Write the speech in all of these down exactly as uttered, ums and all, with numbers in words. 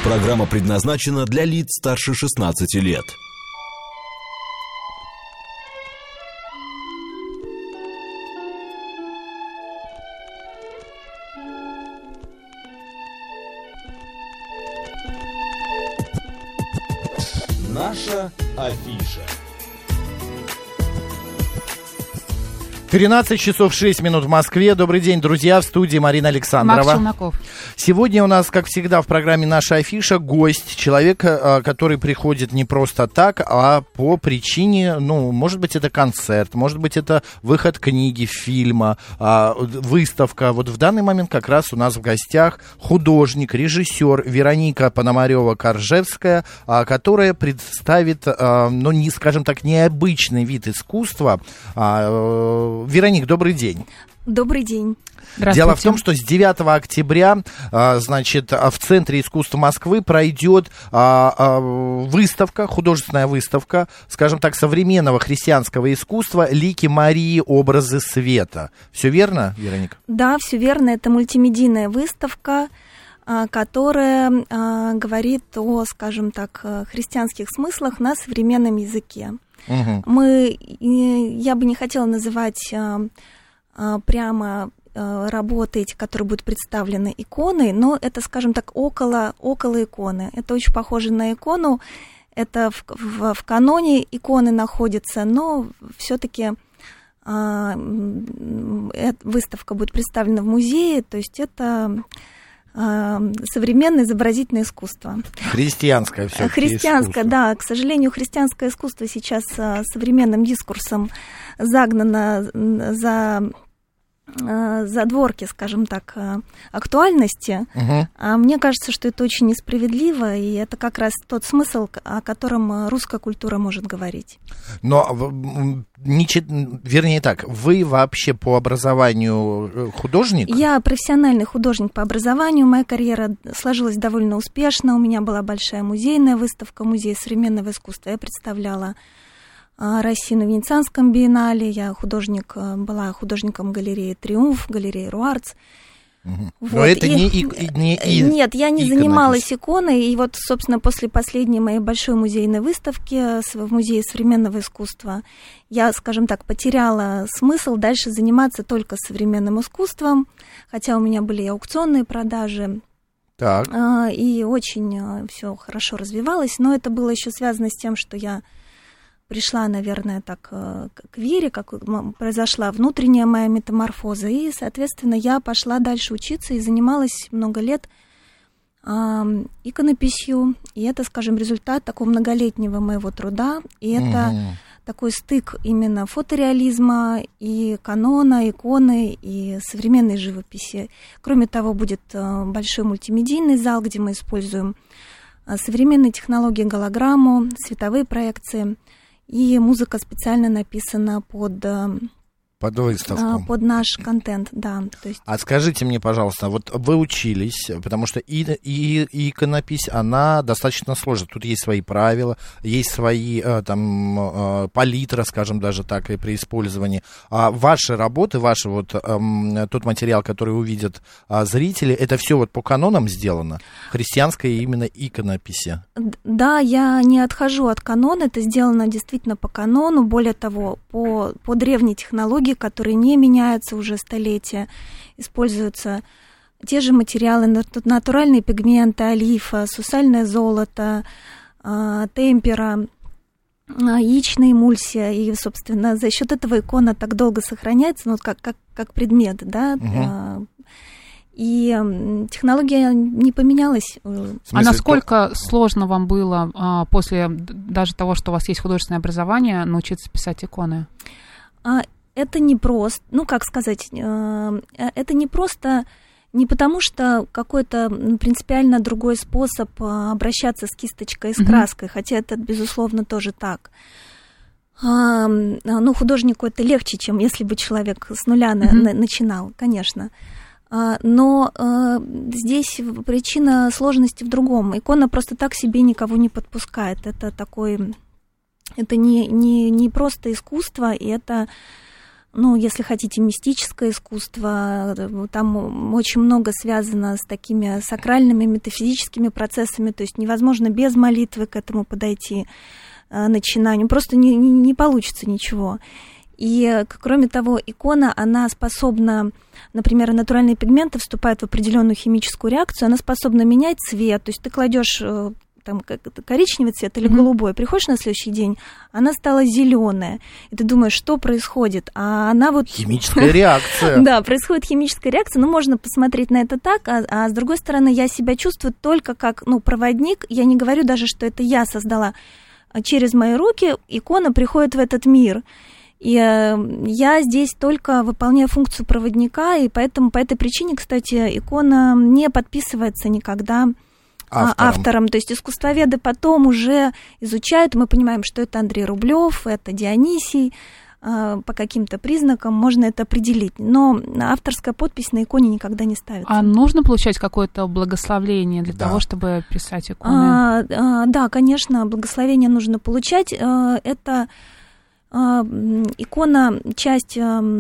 Программа предназначена для лиц старше шестнадцати лет. Наша афиша. тринадцать часов шесть минут в Москве. Добрый день, друзья, в студии Марина Александрова. Макс Челноков. Сегодня у нас, как всегда, в программе «Наша афиша» гость, человек, который приходит не просто так, а по причине, ну, может быть, это концерт, может быть, это выход книги, фильма, выставка. Вот в данный момент как раз у нас в гостях художник, режиссер Вероника Пономарева-Коржевская, которая представит, ну, не, скажем так, необычный вид искусства. Вероник, добрый день. Добрый день. Дело в том, что с девятого октября, значит, в Центре искусства Москвы пройдет выставка, художественная выставка, скажем так, современного христианского искусства «Лики Марии. Образы света». Все верно, Вероника? Да, все верно. Это мультимедийная выставка, которая говорит о, скажем так, христианских смыслах на современном языке. Угу. Мы, я бы не хотела называть а, а, прямо а, работы эти, которые будут представлены иконой, но это, скажем так, около, около иконы. Это очень похоже на икону. Это в, в, в каноне иконы находятся, но все-таки а, выставка будет представлена в музее, то есть это современное изобразительное искусство. Христианское все-таки Христианское, искусство. Да. К сожалению, христианское искусство сейчас современным дискурсом загнано за задворки, скажем так, актуальности. Угу. А мне кажется, что это очень несправедливо, и это как раз тот смысл, о котором русская культура может говорить. Но, не, вернее так, вы вообще по образованию художник? Я профессиональный художник по образованию, моя карьера сложилась довольно успешно, у меня была большая музейная выставка, музей современного искусства, я представляла Россию на Венецианском биеннале, я художник, была художником галереи «Триумф», галереи «Руарц». Угу. Вот. Но это и, не, и, не и, Нет, я не иконопись. занималась иконой, и вот, собственно, после последней моей большой музейной выставки в Музее современного искусства я, скажем так, потеряла смысл дальше заниматься только современным искусством, хотя у меня были и аукционные продажи. Так. И очень все хорошо развивалось, но это было еще связано с тем, что я пришла, наверное, так к вере, как произошла внутренняя моя метаморфоза, и, соответственно, я пошла дальше учиться и занималась много лет э, иконописью, и это, скажем, результат такого многолетнего моего труда, и это угу. такой стык именно фотореализма и канона, иконы и современной живописи. Кроме того, будет э, большой мультимедийный зал, где мы используем э, современные технологии, голограмму, световые проекции. И музыка специально написана под, под выставку, под наш контент, да. То есть... А скажите мне, пожалуйста, вот вы учились, потому что и, и, и иконопись, она достаточно сложная. Тут есть свои правила, есть свои там палитра, скажем даже так, и при использовании. А ваши работы, ваши вот тот материал, который увидят зрители, это все вот по канонам сделано? Христианской именно иконописи? Да, я не отхожу от канона, это сделано действительно по канону, более того, по, по древней технологии, которые не меняются уже столетия, используются те же материалы, натуральные пигменты, олифа, сусальное золото, темпера, яичная эмульсия, и, собственно, за счет этого икона так долго сохраняется, ну, как, как, как предмет, да, угу. И технология не поменялась. А насколько сложно вам было а, после даже того, что у вас есть художественное образование, научиться писать иконы? А, это не просто, ну, как сказать, э, это не просто, не потому что какой-то принципиально другой способ обращаться с кисточкой и с краской, mm-hmm. хотя это, безусловно, тоже так. А, ну, художнику это легче, чем если бы человек с нуля mm-hmm. на, начинал, конечно. Но э, здесь причина сложности в другом. Икона просто так себе никого не подпускает. Это такой, это не, не, не просто искусство, и это ну, если хотите, мистическое искусство, там очень много связано с такими сакральными, метафизическими процессами, то есть невозможно без молитвы к этому подойти, начинанию, просто не, не получится ничего. И, кроме того, икона, она способна, например, натуральные пигменты вступают в определенную химическую реакцию, она способна менять цвет, то есть ты кладешь там коричневый цвет или mm-hmm. голубой, приходишь на следующий день, она стала зеленая, и ты думаешь, что происходит, а она вот... Химическая реакция. Да, происходит химическая реакция, ну, можно посмотреть на это так, а, а с другой стороны, я себя чувствую только как, ну, проводник, я не говорю даже, что это я создала, через мои руки икона приходит в этот мир, и э, я здесь только выполняю функцию проводника, и поэтому по этой причине, кстати, икона не подписывается никогда Автором. автором. То есть искусствоведы потом уже изучают, мы понимаем, что это Андрей Рублев, это Дионисий, по каким-то признакам можно это определить. Но авторская подпись на иконе никогда не ставится. А нужно получать какое-то благословение для да. того, чтобы писать иконы? А, а, да, конечно, благословение нужно получать. Это... икона – часть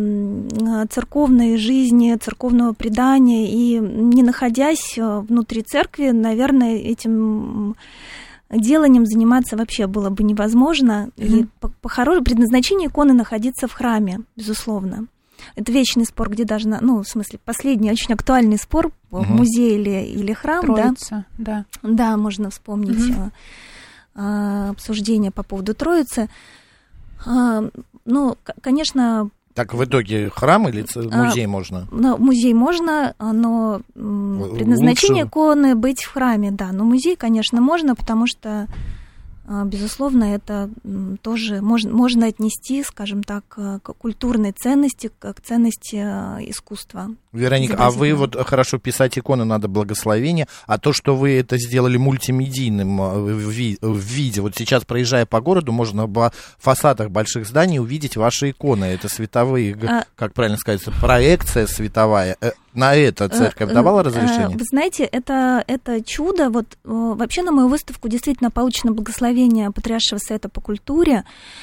церковной жизни, церковного предания, и не находясь внутри церкви, наверное, этим деланием заниматься вообще было бы невозможно. Mm-hmm. И по, по хорошему предназначению иконы находиться в храме, безусловно. Это вечный спор, где должна, ну, в смысле, последний, очень актуальный спор, mm-hmm. музей или, или храм. Троица, да. Да, да, можно вспомнить mm-hmm. а, обсуждение по поводу Троицы. А, ну, конечно... Так в итоге храм или музей а, можно? Ну, музей можно, но предназначение Лучше... иконы быть в храме, да. Но музей, конечно, можно, потому что, безусловно, это тоже можно, можно отнести, скажем так, к культурной ценности, к ценности искусства. Вероника, а вы вот хорошо писать иконы надо благословение, а то, что вы это сделали мультимедийным в виде, вот сейчас, проезжая по городу, можно на фасадах больших зданий увидеть ваши иконы, это световые, а, как правильно сказать, проекция световая. На это церковь давала разрешение? Вы знаете, это, это чудо. Вот вообще на мою выставку действительно получено благословение Патриаршего совета по культуре,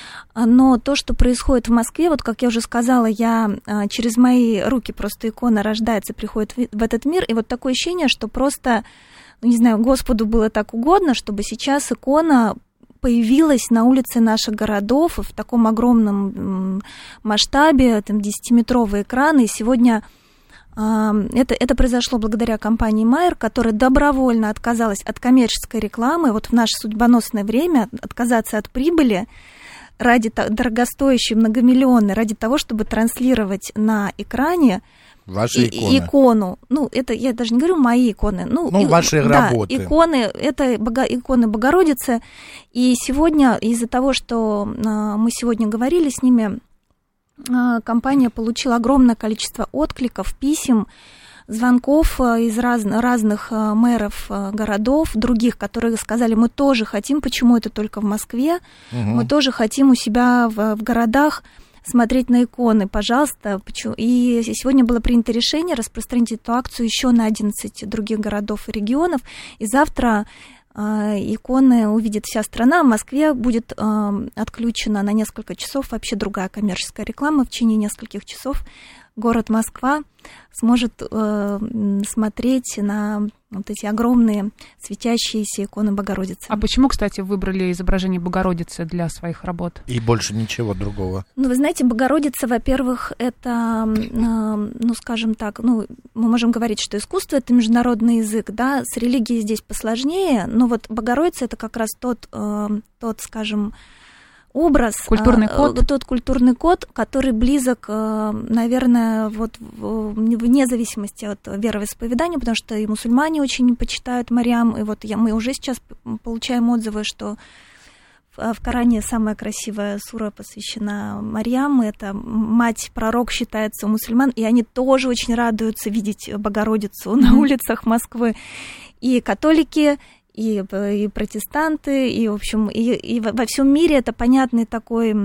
но то, что происходит в Москве, вот как я уже сказала, я через мои руки просто икона рождается, приходит в этот мир, и вот такое ощущение, что просто, ну, не знаю, Господу было так угодно, чтобы сейчас икона появилась на улице наших городов в таком огромном масштабе, там десятиметровые экраны, и сегодня... Это, это произошло благодаря компании Майер, которая добровольно отказалась от коммерческой рекламы. Вот в наше судьбоносное время отказаться от прибыли ради дорогостоящей многомиллионной, ради того, чтобы транслировать на экране ваши иконы. икону. Ну, это я даже не говорю мои иконы. Ну, ну и, ваши да, работы. Иконы, это бога, иконы Богородицы. И сегодня из-за того, что мы сегодня говорили с ними, компания получила огромное количество откликов, писем, звонков из раз, разных мэров городов, других, которые сказали, мы тоже хотим, почему это только в Москве, угу. мы тоже хотим у себя в, в городах смотреть на иконы, пожалуйста. И сегодня было принято решение распространить эту акцию еще на одиннадцать других городов и регионов, и завтра иконы увидит вся страна. В Москве будет э, отключена на несколько часов вообще другая коммерческая реклама. В течение нескольких часов город Москва сможет э, смотреть на вот эти огромные светящиеся иконы Богородицы. А почему, кстати, выбрали изображение Богородицы для своих работ? И больше ничего другого. Ну, вы знаете, Богородица, во-первых, это, э, ну, скажем так, ну, мы можем говорить, что искусство — это международный язык, да, с религией здесь посложнее, но вот Богородица — это как раз тот, э, тот, скажем, образ, культурный код. тот культурный код, который близок, наверное, вот вне зависимости от вероисповедания, потому что и мусульмане очень почитают Марьям, и вот я, мы уже сейчас получаем отзывы, что в Коране самая красивая сура посвящена Марьям, это мать-пророк считается у мусульман, и они тоже очень радуются видеть Богородицу mm-hmm. на улицах Москвы. И католики, И, и протестанты, и, в общем, и, и во всем мире это понятный такой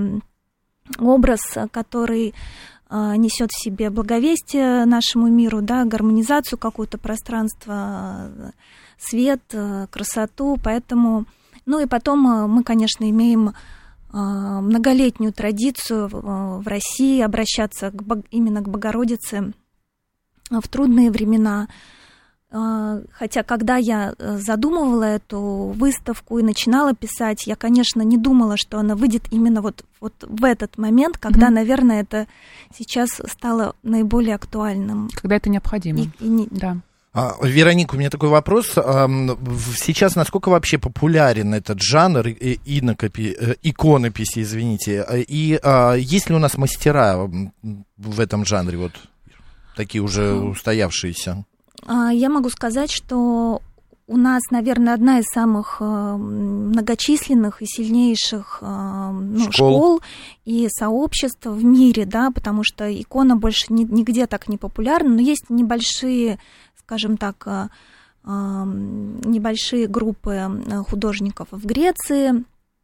образ, который а, несет в себе благовестие нашему миру, да, гармонизацию какого-то пространства, свет, красоту, поэтому, ну и потом мы, конечно, имеем многолетнюю традицию в России обращаться к, именно к Богородице в трудные времена. Хотя, когда я задумывала эту выставку и начинала писать, я, конечно, не думала, что она выйдет именно вот, вот в этот момент, когда, mm-hmm. наверное, это сейчас стало наиболее актуальным. Когда это необходимо. И, и не... Да. А, Вероника, у меня такой вопрос. Сейчас насколько вообще популярен этот жанр инокопи... иконописи, извините, и а, есть ли у нас мастера в этом жанре, вот такие уже устоявшиеся? Я могу сказать, что у нас, наверное, одна из самых многочисленных и сильнейших ну, школ. школ и сообществ в мире, да, потому что икона больше нигде так не популярна, но есть небольшие, скажем так, небольшие группы художников в Греции.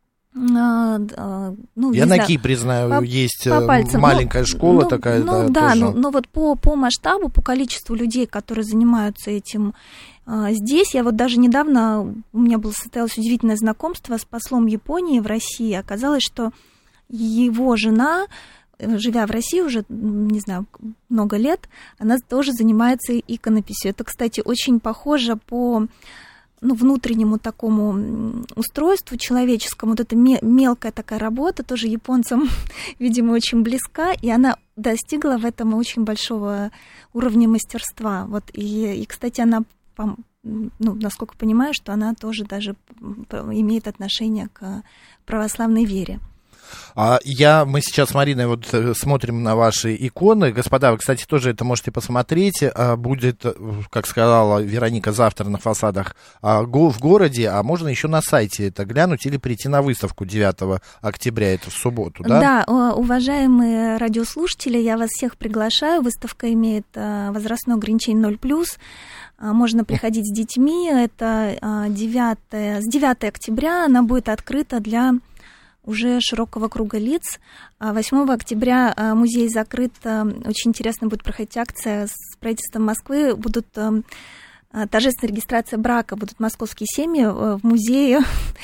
Ну, я на Кипре знаю, по, есть по маленькая ну, школа ну, такая. Ну да, но, но вот по, по масштабу, по количеству людей, которые занимаются этим а, здесь, я вот даже недавно, у меня было, состоялось удивительное знакомство с послом Японии в России. Оказалось, что его жена, живя в России уже, не знаю, много лет, она тоже занимается иконописью. Это, кстати, очень похоже по... ну, внутреннему такому устройству человеческому, вот эта мелкая такая работа, тоже японцам, видимо, очень близка, и она достигла в этом очень большого уровня мастерства. Вот, и, и, кстати, она, ну, насколько понимаю, что она тоже даже имеет отношение к православной вере. А я, мы сейчас с Мариной вот смотрим на ваши иконы. Господа, вы, кстати, тоже это можете посмотреть. Будет, как сказала Вероника, завтра на фасадах в городе, а можно еще на сайте это глянуть или прийти на выставку девятого октября, это в субботу, да? Да, уважаемые радиослушатели, я вас всех приглашаю. Выставка имеет возрастное ограничение ноль плюс. Можно приходить с детьми. Это девятое, с девятого октября она будет открыта для уже широкого круга лиц. восьмого октября музей закрыт. Очень интересно будет проходить акция с правительством Москвы. Будут торжественная регистрация брака. Будут московские семьи в музее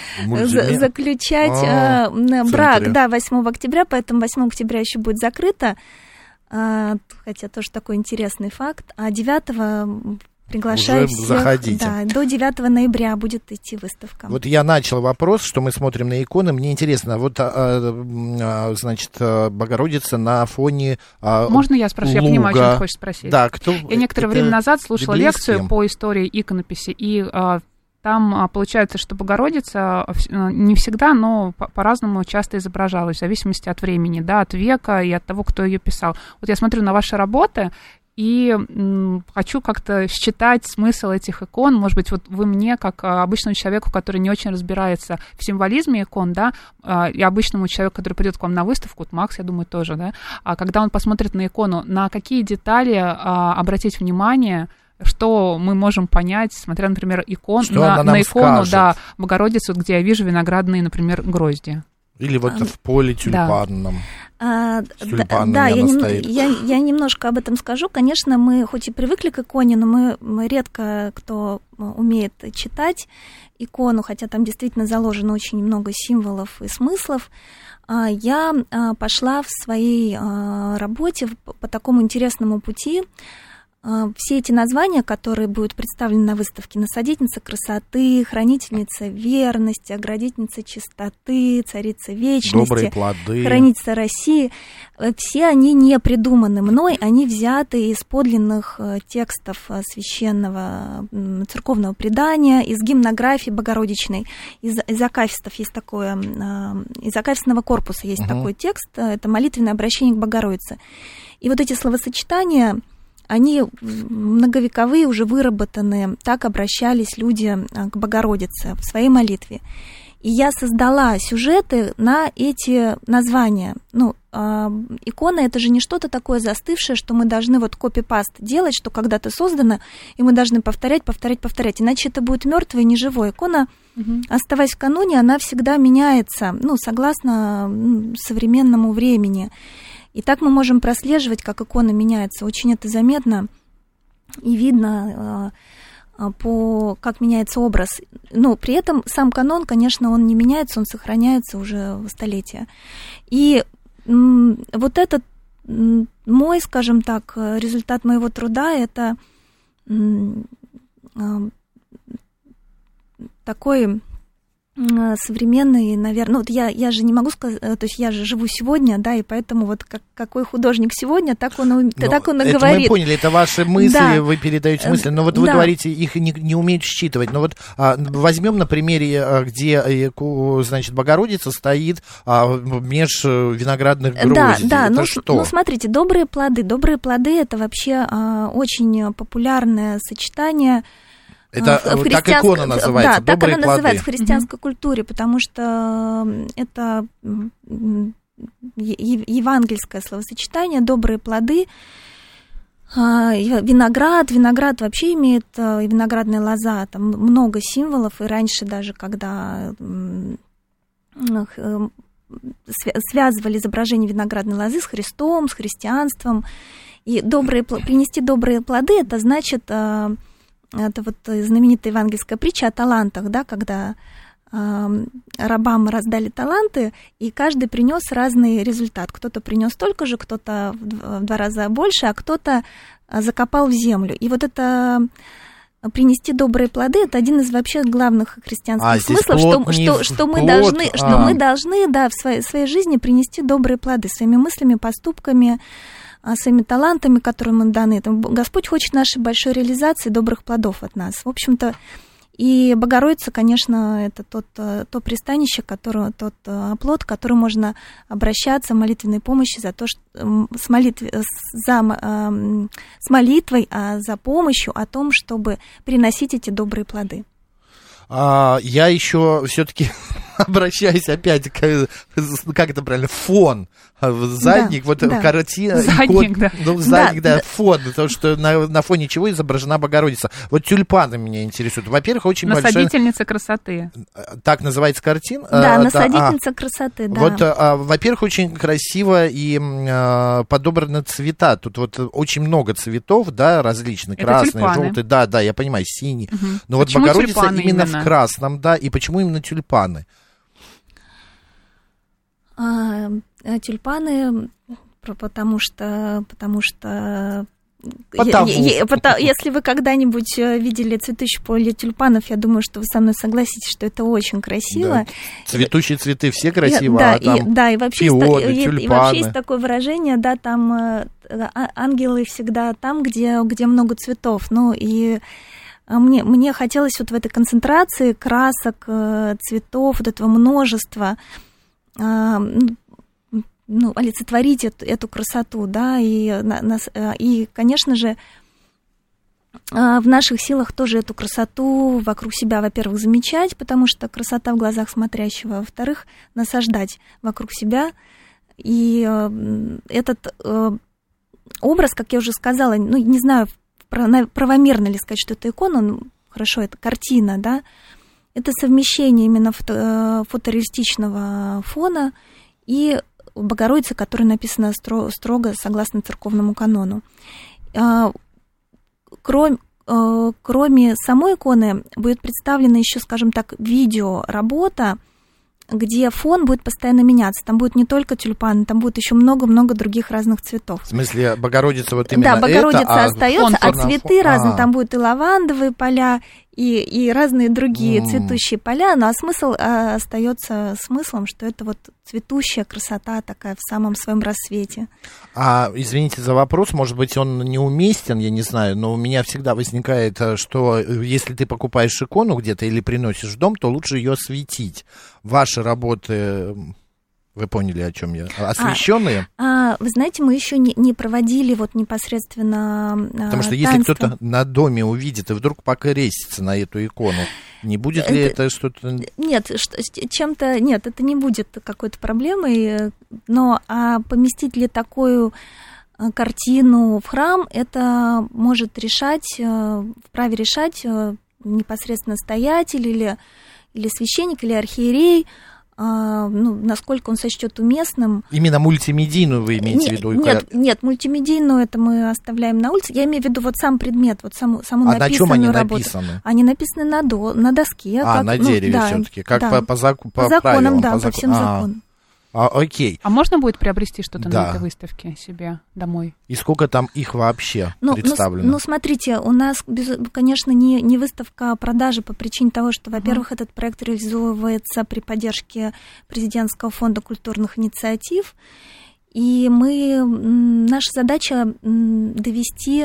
заключать а, брак. Да, восьмого октября, поэтому восьмого октября еще будет закрыто. Хотя тоже такой интересный факт. А девятого приглашаю уже всех, заходите. Да, до девятого ноября будет идти выставка. Вот я начал вопрос, что мы смотрим на иконы. Мне интересно, вот, а, а, значит, Богородица на фоне а, Можно я спрошу? луга. Я понимаю, что ты хочешь спросить. Да, кто... Я некоторое время назад слушала лекцию по истории иконописи, и а, там получается, что Богородица не всегда, но по-разному часто изображалась, в зависимости от времени, да, от века и от того, кто ее писал. Вот я смотрю на ваши работы, и м, хочу как-то считать смысл этих икон. Может быть, вот вы мне, как обычному человеку, который не очень разбирается в символизме икон, да, и обычному человеку, который придет к вам на выставку, вот Макс, я думаю, тоже, да, а когда он посмотрит на икону, на какие детали а, обратить внимание, что мы можем понять, смотря, например, икон, на, на икону, да, Богородицу, где я вижу виноградные, например, грозди. Или вот а, в поле тюльпанном. Да, да я, нем, я, я немножко об этом скажу. Конечно, мы хоть и привыкли к иконе, но мы, мы редко кто умеет читать икону, хотя там действительно заложено очень много символов и смыслов. Я пошла в своей работе по такому интересному пути. Все эти названия, которые будут представлены на выставке: насадительница красоты, хранительница верности, оградительница чистоты, царица вечности, хранительница России, все они не придуманы мной, они взяты из подлинных текстов священного церковного предания, из гимнографии Богородичной, из, из акафистов есть такое, из акафистного корпуса есть uh-huh. такой текст, это молитвенное обращение к Богородице. И вот эти словосочетания, они многовековые, уже выработанные, так обращались люди к Богородице в своей молитве. И я создала сюжеты на эти названия. Ну, э, икона — это же не что-то такое застывшее, что мы должны вот копи-паст делать, что когда-то создано, и мы должны повторять, повторять, повторять. Иначе это будет мертвое, неживое. Икона, угу. оставаясь в каноне, она всегда меняется, ну, согласно ну, современному времени. И так мы можем прослеживать, как икона меняется. Очень это заметно и видно по как меняется образ. Но при этом сам канон, конечно, он не меняется, он сохраняется уже столетия. И м, вот этот м, мой, скажем так, результат моего труда, это м, м, такой современный, наверное, ну вот я, я же не могу сказать, то есть я же живу сегодня, да, и поэтому вот как, какой художник сегодня, так он, так он и это говорит. Мы поняли, это ваши мысли, да. Вы передаете мысли, но вот вы да. говорите, их не, не умеют считывать. Но вот а, возьмем на примере, где, значит, Богородица стоит а, меж виноградных гроздей. Да, да, это ну, что? ну смотрите, добрые плоды, добрые плоды это вообще а, очень популярное сочетание. Это в так икона называется, да, добрые так она плоды. называется в христианской mm-hmm. культуре, потому что это евангельское словосочетание, добрые плоды, виноград, виноград вообще имеет, виноградная лоза, там много символов, и раньше даже, когда связывали изображение виноградной лозы с Христом, с христианством, и добрые, принести добрые плоды, это значит... Это вот знаменитая евангельская притча о талантах, да, когда э, рабам раздали таланты, и каждый принес разный результат. Кто-то принес столько же, кто-то в, в два раза больше, а кто-то закопал в землю. И вот это принести добрые плоды – это один из вообще главных христианских а, смыслов, что, что, что мы плод, должны, а. что мы должны, да, в своей, своей жизни принести добрые плоды своими мыслями, поступками, своими талантами, которые мы даны. Господь хочет нашей большой реализации добрых плодов от нас. В общем-то, и Богородица, конечно, это тот, то пристанище, которое, тот оплот, к которому можно обращаться в молитвенной помощи за то, что, с, молитв, за, с молитвой, а за помощью о том, чтобы приносить эти добрые плоды. А, я еще все-таки обращаюсь опять к, как это правильно, фон, задник, да, вот да. картина, задник, икон, да. ну, задник, да, да, да, фон, потому что на, на фоне чего изображена Богородица. Вот тюльпаны меня интересуют. Во-первых, очень большая... Насадительница красоты. Так называется картина? Да, а, насадительница а, красоты, да. Вот, а, во-первых, очень красиво и а, подобраны цвета. Тут вот очень много цветов, да, различных, это красные, тюльпаны. желтые, да, да, я понимаю, синий. Угу. Но вот почему Богородица именно, именно в красном, да, и почему именно тюльпаны? А, тюльпаны, потому что, потому что, потому я, я, потому, если вы когда-нибудь видели цветущее поле тюльпанов, я думаю, что вы со мной согласитесь, что это очень красиво. Да. Цветущие цветы все красиво, да, а там и, да, и вообще, фиоды, есть, тюльпаны. И вообще есть такое выражение, да, там ангелы всегда там, где, где много цветов, ну и Мне, мне хотелось вот в этой концентрации красок, цветов, вот этого множества, ну, олицетворить эту, эту красоту, да, и, и, конечно же, в наших силах тоже эту красоту вокруг себя, во-первых, замечать, потому что красота в глазах смотрящего, во-вторых, насаждать вокруг себя. И этот образ, как я уже сказала, ну, не знаю, правомерно ли сказать, что это икона, ну, хорошо, это картина, да, это совмещение именно фото, фотореалистичного фона и Богородицы, которая написана стро, строго согласно церковному канону. Кроме, кроме самой иконы будет представлена еще, скажем так, видеоработа, где фон будет постоянно меняться. Там будет не только тюльпаны, там будет еще много-много других разных цветов. В смысле, Богородица вот именно да, Богородица это, остается, а, а цветы фон... разные. А. Там будут и лавандовые поля, и, и разные другие mm. цветущие поля, но а смысл а, остается смыслом, что это вот цветущая красота такая в самом своем рассвете. А, извините за вопрос, может быть, он неуместен, я не знаю, но у меня всегда возникает, что если ты покупаешь икону где-то или приносишь в дом, то лучше ее осветить. Ваши работы... Вы поняли, о чем я? Освещенные? А, а, вы знаете, мы еще не, не проводили вот непосредственно Потому что таинство. Если кто-то на доме увидит и вдруг покрестится на эту икону, не будет ли это, это что-то... Нет, что, чем-то... Нет, это не будет какой-то проблемой, но а поместить ли такую картину в храм, это может решать, вправе решать непосредственно настоятель или, или священник, или архиерей. а, ну, насколько он сочтет уместным. Именно мультимедийную вы имеете нет, в виду? Нет, нет, мультимедийную это мы оставляем на улице. Я имею в виду вот сам предмет, вот саму, саму а написанную на чем они работу. Написаны? Они написаны на, до, на доске. А, как, на ну, дереве да, все-таки, как да. по, по, зак- по, по законам, правилам, да, по, по зак... всем а, законам. А, окей. А можно будет приобрести что-то да. на этой выставке себе домой? И сколько там их вообще ну, представлено? Ну, ну, смотрите, у нас, конечно, не, не выставка продажи по причине того, что, во-первых, mm. этот проект реализовывается при поддержке Президентского фонда культурных инициатив, и мы, наша задача довести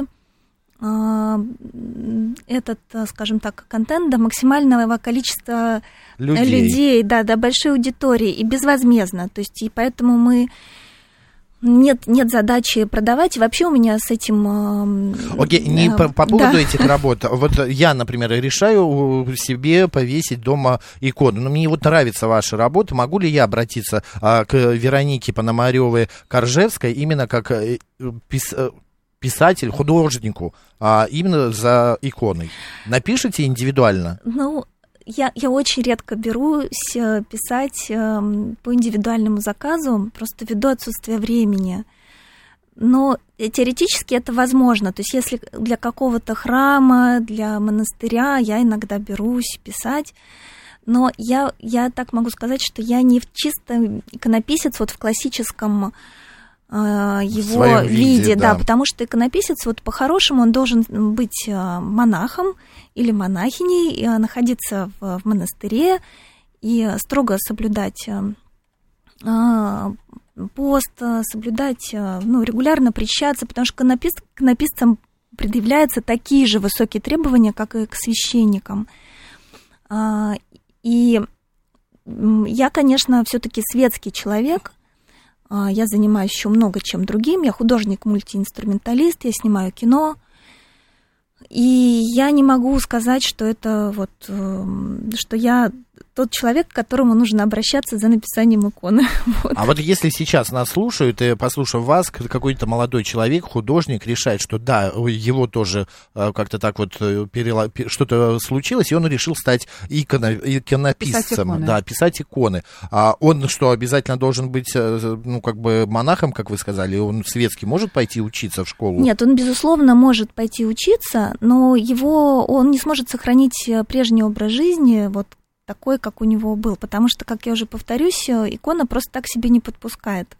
этот, скажем так, контент до максимального количества людей, людей да, до большой аудитории и безвозмездно. То есть, и поэтому мы нет, нет задачи продавать. И вообще у меня с этим... Окей, okay, не по, по поводу да. этих работ. Вот я, например, решаю себе повесить дома икону. Но мне вот нравится ваша работа. Могу ли я обратиться а, к Веронике Пономарёвой-Коржевской именно как пис... писатель, художнику, а именно за иконой? Напишите индивидуально? Ну, я, я очень редко берусь писать э, по индивидуальному заказу, просто ввиду отсутствия времени. Но теоретически это возможно. То есть если для какого-то храма, для монастыря я иногда берусь писать, но я, я так могу сказать, что я не в чисто иконописец вот в классическом его виде, виде, да. да, потому что иконописец, вот по-хорошему, он должен быть монахом или монахиней, находиться в, в монастыре и строго соблюдать пост, соблюдать, ну, регулярно причащаться, потому что иконопис, иконописцам предъявляются такие же высокие требования, как и к священникам. И я, конечно, все-таки светский человек. Я занимаюсь еще много чем другим. Я художник-мультиинструменталист, я снимаю кино. И я не могу сказать, что это вот, что я тот человек, к которому нужно обращаться за написанием иконы. Вот. А вот если сейчас нас слушают, и, послушав вас, какой-то молодой человек, художник, решает, что да, его тоже как-то так вот перела... что-то случилось, и он решил стать иконо... иконописцем, писать да, писать иконы. А он что, обязательно должен быть, ну, как бы монахом, как вы сказали, он светский может пойти учиться в школу? Нет, он, безусловно, может пойти учиться, но его, он не сможет сохранить прежний образ жизни, вот, такой, как у него был, потому что, как я уже повторюсь, икона просто так себе не подпускает.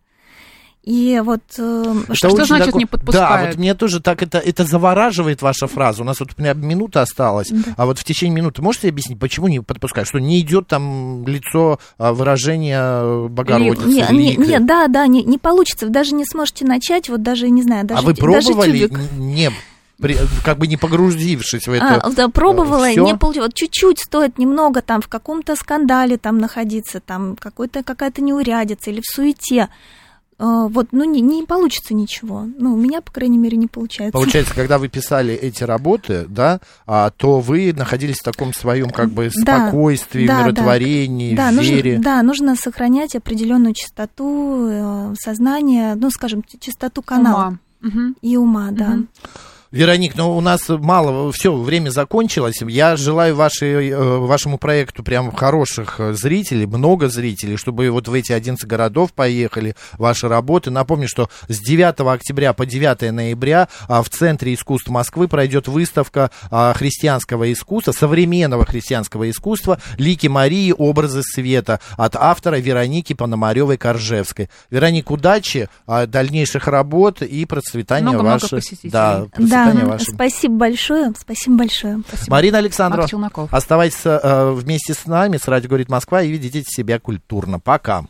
И вот... Это что значит такой... не подпускает? Да, вот мне тоже так это, это завораживает ваша фраза. У нас вот у меня минута осталась, да. А вот в течение минуты можете объяснить, почему не подпускает? Что не идет там лицо, выражение Богородицы? Нет, не, не, да, да, не, не получится. Вы даже не сможете начать, вот даже, не знаю, даже А вы пробовали? Даже не... При, как бы не погрузившись в это. А, да, пробовала, всё? Не получилось. Вот чуть-чуть стоит немного там в каком-то скандале там находиться, там какой-то, какая-то неурядица или в суете. А, вот, ну, не, не получится ничего. Ну, у меня, по крайней мере, не получается. Получается, когда вы писали эти работы, да, а, то вы находились в таком своем, как бы, спокойствии, да, умиротворении, да, вере. Нужно, да, нужно сохранять определенную чистоту э, сознания, ну, скажем, чистоту канала. Ума. И ума, да. Угу. Вероник, ну у нас мало, все, время закончилось. Я желаю вашей, вашему проекту прям хороших зрителей, много зрителей, чтобы вот в эти одиннадцать городов поехали ваши работы. Напомню, что с девятого октября по девятое ноября в Центре искусств Москвы пройдет выставка христианского искусства, современного христианского искусства «Лики Марии. Образы света» от автора Вероники Пономарёвой-Коржевской. Вероник, удачи, дальнейших работ и процветания много, ваших... Много посетителей. Да, Да, спасибо большое, спасибо большое. Спасибо. Марина Александрова, оставайтесь э, вместе с нами, с Радио Говорит Москва, и ведите себя культурно. Пока.